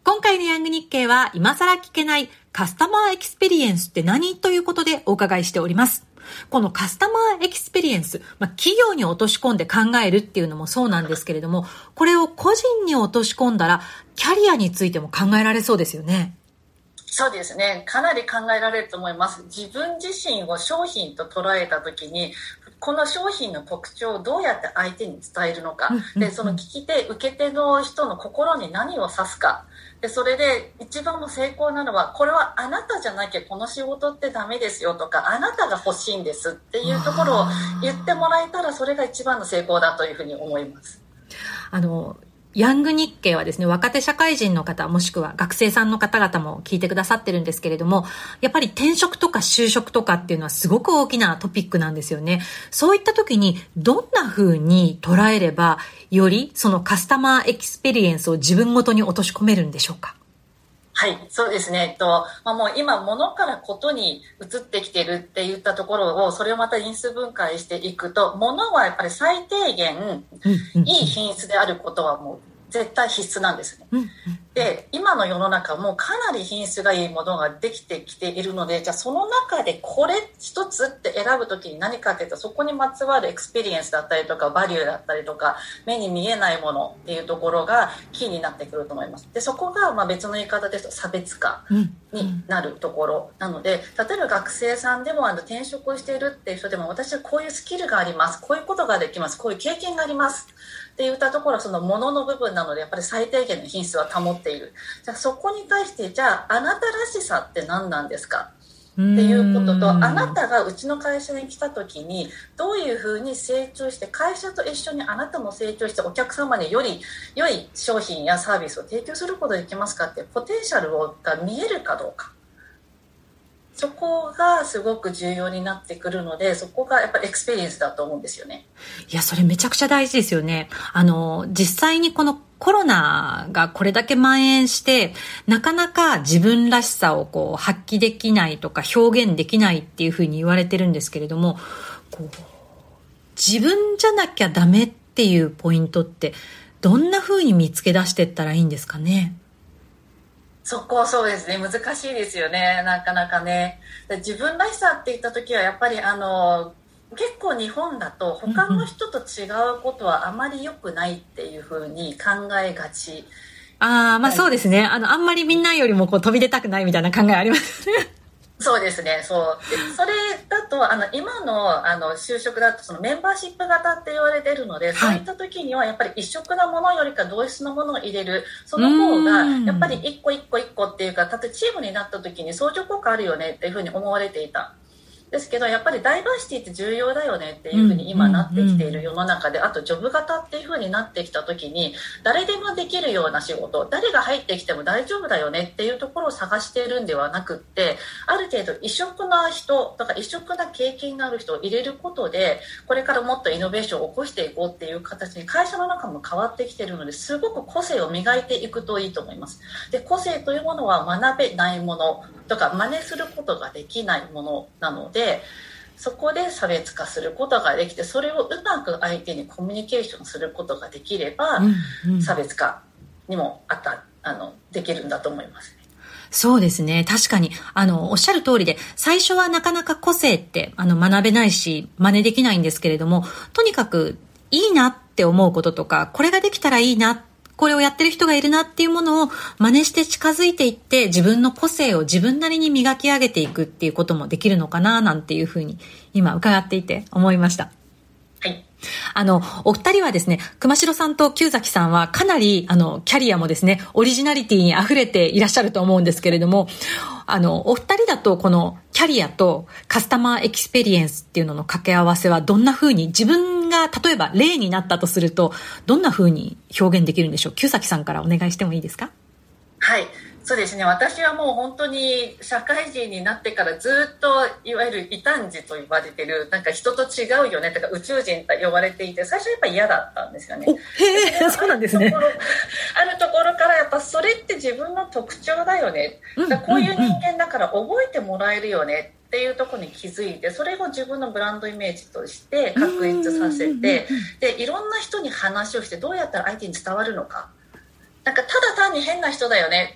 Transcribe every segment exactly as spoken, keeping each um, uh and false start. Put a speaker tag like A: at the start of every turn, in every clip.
A: 今回のヤング日経は今更聞けないカスタマーエキスペリエンスって何ということでお伺いしております。このカスタマーエキスペリエンス、まあ、企業に落とし込んで考えるっていうのもそうなんですけれども、これを個人に落とし込んだらキャリアについても考えられそうですよね。
B: そうですね。かなり考えられると思います。自分自身を商品と捉えたときに、この商品の特徴をどうやって相手に伝えるのか、でその聞き手受け手の人の心に何を指すか、でそれで一番の成功なのは、これはあなたじゃなきゃこの仕事ってダメですよとか、あなたが欲しいんですっていうところを言ってもらえたら、それが一番の成功だというふうに思います。
A: あのヤング日経はですね、若手社会人の方もしくは学生さんの方々も聞いてくださってるんですけれども、やっぱり転職とか就職とかっていうのはすごく大きなトピックなんですよね。そういった時にどんな風に捉えればよりそのカスタマーエキスペリエンスを自分ごとに落とし込めるんでしょうか？
B: はい、そうですね。えっと、まあ、もう今、物からことに移ってきてるって言ったところを、それをまた因数分解していくと、物はやっぱり最低限、いい品質であることはもう絶対必須なんですね。で、今の世の中もかなり品質がいいものができてきているので、じゃあその中でこれ一つって選ぶときに何かっていうと、そこにまつわるエクスペリエンスだったりとか、バリューだったりとか、目に見えないものっていうところがキーになってくると思います。で、そこがまあ別の言い方ですと差別化になるところなので、例えば学生さんでもあの転職をしているっていう人でも、私はこういうスキルがあります、こういうことができます、こういう経験がありますって言ったところは、そのものの部分なので、やっぱり最低限の品質は保っている。じゃあそこに対して、じゃああなたらしさって何なんですかっていうことと、あなたがうちの会社に来た時にどういうふうに成長して、会社と一緒にあなたも成長してお客様により良い商品やサービスを提供することができますかって、ポテンシャルが見えるかどうか、そこがすごく重要になってくるので、そこがやっぱりエクスペリエンスだと思うんですよね。
A: いや、それめちゃくちゃ大事ですよね。あの、実際にこのコロナがこれだけ蔓延して、なかなか自分らしさをこう発揮できないとか表現できないっていうふうに言われてるんですけれども、こう自分じゃなきゃダメっていうポイントってどんなふうに見つけ出していったらいいんですかね？
B: そこそうですね、難しいですよね、なかなかね。自分らしさって言った時はやっぱりあの結構日本だと他の人と違うことはあまり良くないっていう風に考えがち。
A: ああ、まあそうですね。あのあんまりみんなよりもこう飛び出たくないみたいな考えありますね。
B: そうですね。そうでそれだとあの今のあの就職だとそのメンバーシップ型って言われているので、はい、そういった時にはやっぱり一色なものよりか同質のものを入れる、その方がやっぱり一個一個一個っていうか、例えばチームになった時に相乗効果あるよねっていうふうに思われていた。ですけど、やっぱりダイバーシティって重要だよねっていうふうに今なってきている世の中で、あとジョブ型っていうふうになってきた時に、誰でもできるような仕事、誰が入ってきても大丈夫だよねっていうところを探しているんではなくって、ある程度異色な人とか異色な経験がある人を入れることで、これからもっとイノベーションを起こしていこうっていう形に会社の中も変わってきているので、すごく個性を磨いていくといいと思います。で、個性というものは学べないものとか真似することができないものなので、でそこで差別化することができて、それをうまく相手にコミュニケーションすることができれば、うんうん、差別化にもあたあのできるんだと思います。
A: そうですね。確かにあのおっしゃる通りで、最初はなかなか個性ってあの学べないし真似できないんですけれども、とにかくいいなって思うこととか、これができたらいいな、これをやってる人がいるなっていうものを真似して近づいていって、自分の個性を自分なりに磨き上げていくっていうこともできるのかななんていうふうに今伺っていて思いました。
B: はい。
A: あの、お二人はですね、熊代さんと久崎さんはかなりあのキャリアもですね、オリジナリティに溢れていらっしゃると思うんですけれども、あの、お二人だとこのキャリアとカスタマーエキスペリエンスっていうのの掛け合わせはどんな風に、自分が例えば例になったとするとどんな風に表現できるんでしょう？久崎さんからお願いしてもいいですか？
B: はい、そうですね。私はもう本当に社会人になってからずっといわゆる異端児と言われてる、なんか人と違うよねとか宇宙人と呼ばれていて、最初はやっぱり嫌だったんですよね。
A: へー、そうなんですね。
B: あるところからやっぱそれって自分の特徴だよね、だからこういう人間だから覚えてもらえるよねっていうところに気づいて、それを自分のブランドイメージとして確立させて、でいろんな人に話をしてどうやったら相手に伝わるのか、なんかただ単に変な人だよね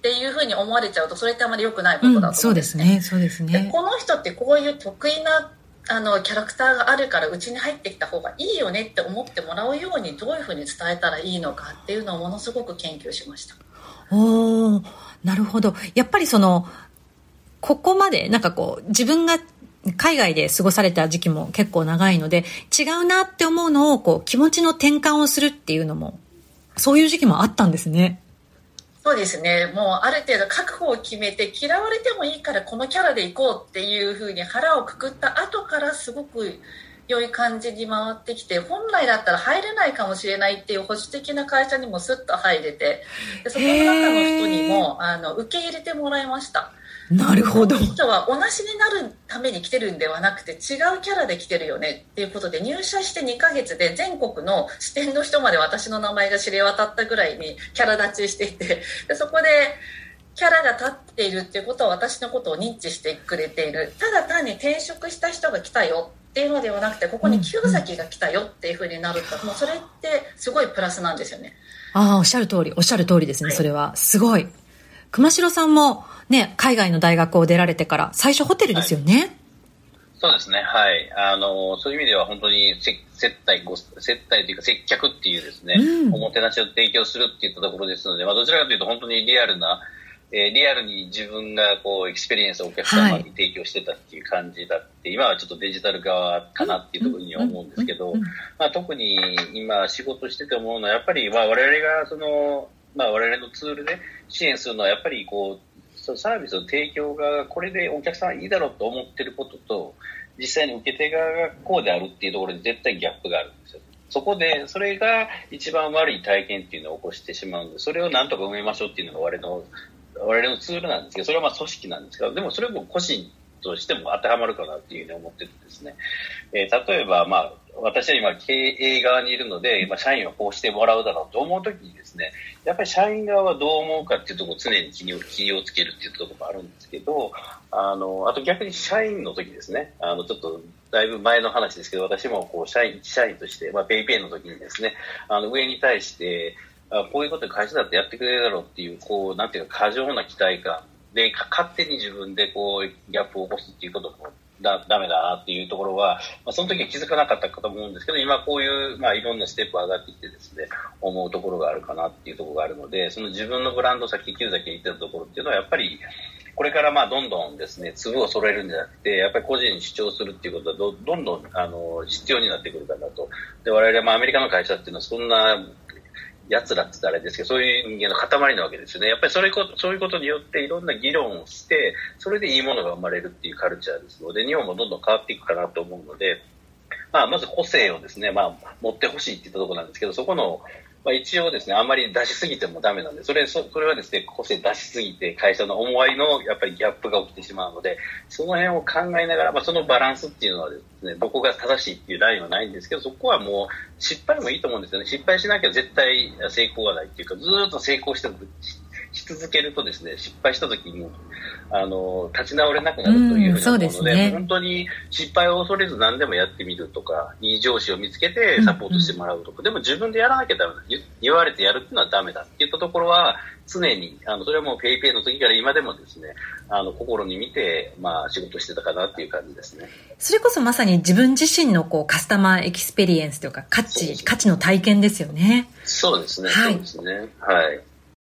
B: っていうふうに思われちゃうと、それってあまり良くないことだと思うんですね。
A: うん、そうですね、そうですね。
B: でこの人ってこういう得意なあのキャラクターがあるからうちに入ってきた方がいいよねって思ってもらうようにどういうふうに伝えたらいいのかっていうのをものすごく研究しました。
A: おー、なるほど。やっぱりそのここまでなんかこう自分が海外で過ごされた時期も結構長いので、違うなって思うのをこう気持ちの転換をするっていうのも、そういう時期もあったんですね。
B: そうですね。もうある程度覚悟を決めて、嫌われてもいいからこのキャラでいこうっていう風に腹をくくった後からすごく良い感じに回ってきて、本来だったら入れないかもしれないっていう保守的な会社にもスッと入れて、でそこの中の人にもあの受け入れてもらいました。
A: なるほど。
B: この人は同じになるために来てるんではなくて、違うキャラで来てるよねっていうことで、入社してにかげつで全国の支店の人まで私の名前が知れ渡ったぐらいにキャラ立ちしていて、でそこでキャラが立っているっていうことは私のことを認知してくれている。ただ単に転職した人が来たよっていうのではなくて、ここに旧崎が来たよっていうふうになると、もうそれってすごいプラスなんですよね。
A: ああ、おっしゃる通り、おっしゃる通りですね、はい、それはすごい。熊代さんもね、海外の大学を出られてから最初ホテルですよね。はい、
C: そうですね、はい。あのそういう意味では本当に接待ご接待というか接客っていうですね、うん、おもてなしを提供するっていったところですので、まあ、どちらかというと本当にリアルな、えー、リアルに自分がこうエクスペリエンスをお客様に提供してたっていう感じだって、はい、今はちょっとデジタル側かなっていうところには思うんですけど、まあ、特に今仕事してて思うのはやっぱりまあ我々がそのまあ、我々のツールで支援するのはやっぱりこうそのサービスの提供がこれでお客さんいいだろうと思ってることと実際に受け手側がこうであるっていうところに絶対ギャップがあるんですよ。そこでそれが一番悪い体験っていうのを起こしてしまうので、それをなんとか埋めましょうっていうのが我々の我々のツールなんですけど、それはまあ組織なんですけど、でもそれも個人としても当てはまるかなっていうふうに思っててですね、えー、例えばまあ私は今経営側にいるので、まあ、社員はこうしてもらうだろうと思うときにですね、やっぱり社員側はどう思うかっていうところを常に気に気をつけるっていうところもあるんですけど、あのあと逆に社員の時ですね、あのちょっとだいぶ前の話ですけど、私もこう社員社員として、まあ、ペイペイの時にですね、あの上に対してあこういうこと会社だってやってくれるだろうっていうこうなんていうか過剰な期待感で勝手に自分でこうギャップを起こすっていうこともだダメだなっていうところは、まあ、その時は気づかなかったかと思うんですけど、今こういう、まあ、いろんなステップ上がってきてですね、思うところがあるかなっていうところがあるので、その自分のブランド、さっき旧崎が言ってたところっていうのはやっぱりこれからまあどんどんですね粒を揃えるんじゃなくて、やっぱり個人に主張するっていうことは ど, どんどんあの必要になってくるかなと。で我々はまあアメリカの会社っていうのはそんな奴らって言ったらあれですけど、そういう人間の塊なわけですよね。やっぱりそれこそういうことによっていろんな議論をして、それでいいものが生まれるっていうカルチャーですので、日本もどんどん変わっていくかなと思うので、まあ、まず個性をですね、まあ、持ってほしいって言ったところなんですけど、そこの、まあ、一応ですね、あんまり出しすぎてもダメなんで、それ、そそれはですね、個性出しすぎて会社の思いのやっぱりギャップが起きてしまうので、その辺を考えながら、まあ、そのバランスっていうのはですね、どこが正しいっていうラインはないんですけど、そこはもう失敗もいいと思うんですよね。失敗しなきゃ絶対成功はないっていうか、ずーっと成功してし続けるとですね、失敗した時にあの立ち直れなくなるというふうに思うので、うんね、本当に失敗を恐れず何でもやってみるとか、いい上司を見つけてサポートしてもらうとか、うんうん、でも自分でやらなきゃダメだ、言われてやるっていうのはダメだっていったところは常にあのそれはもうペイペイの時から今でもですね、あの心に見て、まあ、仕事してたかなっていう感じですね。
A: それこそまさに自分自身のこうカスタマーエキスペリエンスというか価値、価値の体験ですよね。
C: そうですね、はい、そうですね、はい。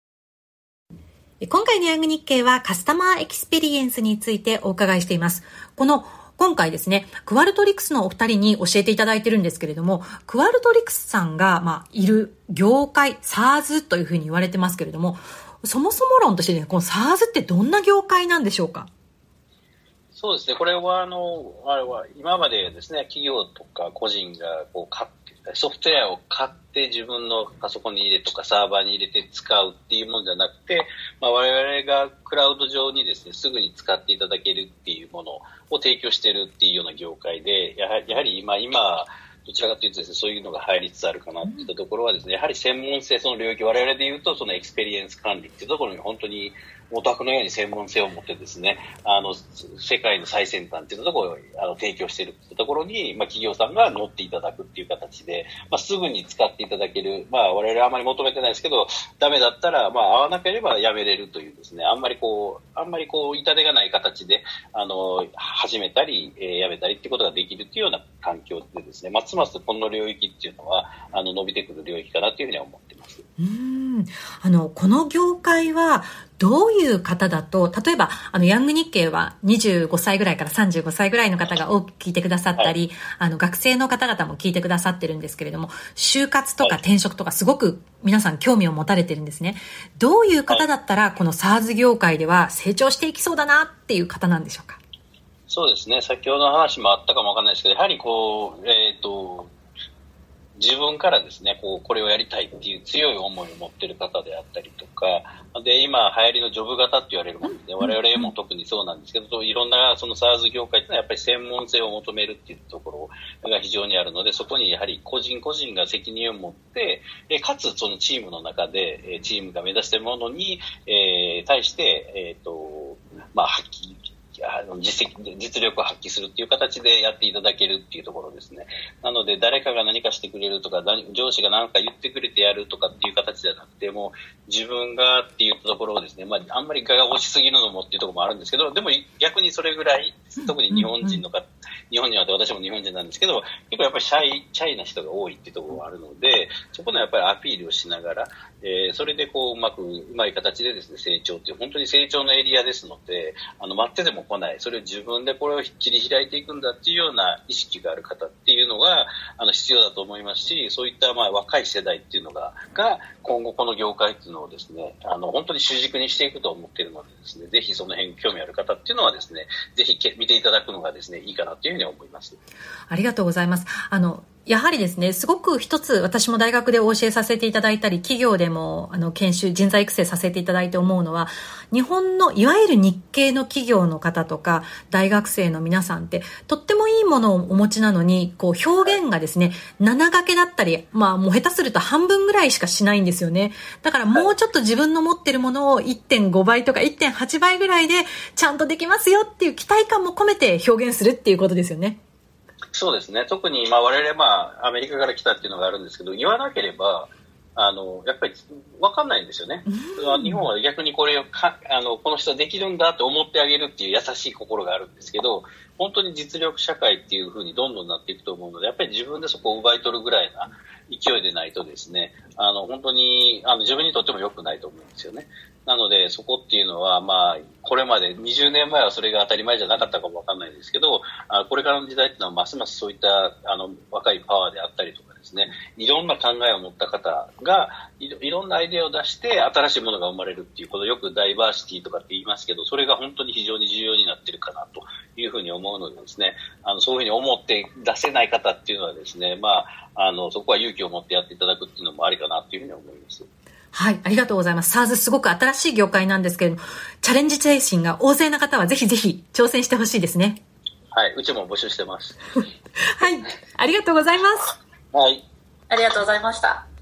A: 今回のヤング日経はカスタマーエキスペリエンスについてお伺いしています。この今回ですね、クワルトリクスのお二人に教えていただいてるんですけれども、クワルトリクスさんが、まあ、いる業界 SaaS というふうに言われてますけれども、そもそも論としてね、この SaaS ってどんな業界なんでしょうか？
C: そうですね、これはあのあれは今までですね、企業とか個人がこう買ってソフトウェアを買って自分のパソコンに入れとかサーバーに入れて使うっていうものじゃなくて、まあ、我々がクラウド上にですね、すぐに使っていただけるっていうものを提供しているっていうような業界で、やはり、やはり今、今、どちらかというとですね、そういうのが入りつつあるかななっていったところはですね、やはり専門性、その領域、我々で言うとそのエクスペリエンス管理っていうところに本当にオタクのように専門性を持ってですね、あの世界の最先端っていうところをあの提供しているっていうところに、まあ、企業さんが乗っていただくっていう形で、まあ、すぐに使っていただける、まあ、我々はあまり求めてないですけど、ダメだったら、まあ、合わなければやめれるというですね、あんまりこうあんまりこう痛手がない形であの始めたり、えー、やめたりっていうことができるっていうような環境でですね、ますますこの領域っていうのはあの伸びてくる領域かなというふうには思っています。
A: うーんあのこの業界はどういう方だと、例えばあのヤング日経はにじゅうごさいぐらいからさんじゅうごさいぐらいの方が多く聞いてくださったり、はい、あの学生の方々も聞いてくださってるんですけれども、就活とか転職とかすごく皆さん興味を持たれてるんですね。どういう方だったらこの SaaS 業界では成長していきそうだなっていう方なんでしょうか。
C: そうですね、先ほどの話もあったかもわかんないですけど、やはりこう、えっと自分からですね、こう、これをやりたいっていう強い思いを持っている方であったりとか、で、今流行りのジョブ型って言われるもので、我々も特にそうなんですけど、いろんなその SaaS 業界っていうのはやっぱり専門性を求めるっていうところが非常にあるので、そこにやはり個人個人が責任を持って、かつそのチームの中で、チームが目指しているものに、えー、対して、えっと、まあ、発揮、あの実績、実力を発揮するっていう形でやっていただけるっていうところですね。なので誰かが何かしてくれるとか、上司が何か言ってくれてやるとかっていう形じゃなくて、もう自分がっていうところをですね、まああんまり我が押しすぎるのもっていうところもあるんですけど、でも逆にそれぐらい、特に日本人の方、日本人は私も日本人なんですけど、結構やっぱりシャイ、シャイな人が多いっていうところがあるので、そこのやっぱりアピールをしながら、えー、それでこううまく、うまい形でですね、成長っていう、本当に成長のエリアですので、あの、待ってても来ない、それを自分でこれを切り開いていくんだっていうような意識がある方っていうのが、あの、必要だと思いますし、そういったまあ若い世代っていうのが、が、今後この業界っていうのをですね、あの、本当に主軸にしていくと思っているのでですね、ぜひその辺興味ある方っていうのはですね、ぜひ見ていただくのがですね、いいかなというふうに思います。
A: ありがとうございます。あの、やはりですね、すごく一つ私も大学でお教えさせていただいたり、企業でもあの研修、人材育成させていただいて思うのは、日本のいわゆる日系の企業の方とか大学生の皆さんってとってもいいものをお持ちなのに、こう表現がですね、なな掛けだったり、まあもう下手すると半分ぐらいしかしないんですよね。だからもうちょっと自分の持ってるものを いってんごばいとか いってんはちばいぐらいでちゃんとできますよっていう期待感も込めて表現するっていうことですよね。
C: そうですね。特に、まあ、我々、まあ、アメリカから来たっていうのがあるんですけど、言わなければ、あの、やっぱり、わかんないんですよね。日本は逆にこれをか、あの、この人はできるんだって思ってあげるっていう優しい心があるんですけど、本当に実力社会っていう風にどんどんなっていくと思うので、やっぱり自分でそこを奪い取るぐらいな勢いでないとですね、あの、本当に、あの、自分にとっても良くないと思うんですよね。なので、そこっていうのは、まあ、これまでにじゅうねんまえはそれが当たり前じゃなかったかもわかんないですけど、あこれからの時代っていうのはますますそういったあの若いパワーであったりとかですね、いろんな考えを持った方がい ろ, いろんなアイデアを出して新しいものが生まれるっていうこと、よくダイバーシティとかって言いますけど、それが本当に非常に重要になっているかなというふうに思うのでですね、あのそういうふうに思って出せない方っていうのはですね、まあ、あのそこは勇気を持ってやっていただくっていうのもありかなというふうに思います。
A: はい、ありがとうございます。SaaS すごく新しい業界なんですけれども、チャレンジ精神が旺盛な方はぜひぜひ挑戦してほしいですね。
C: はい、うちも募集してます。
A: はい、ありがとうございます。
C: はい、
B: ありがとうございました。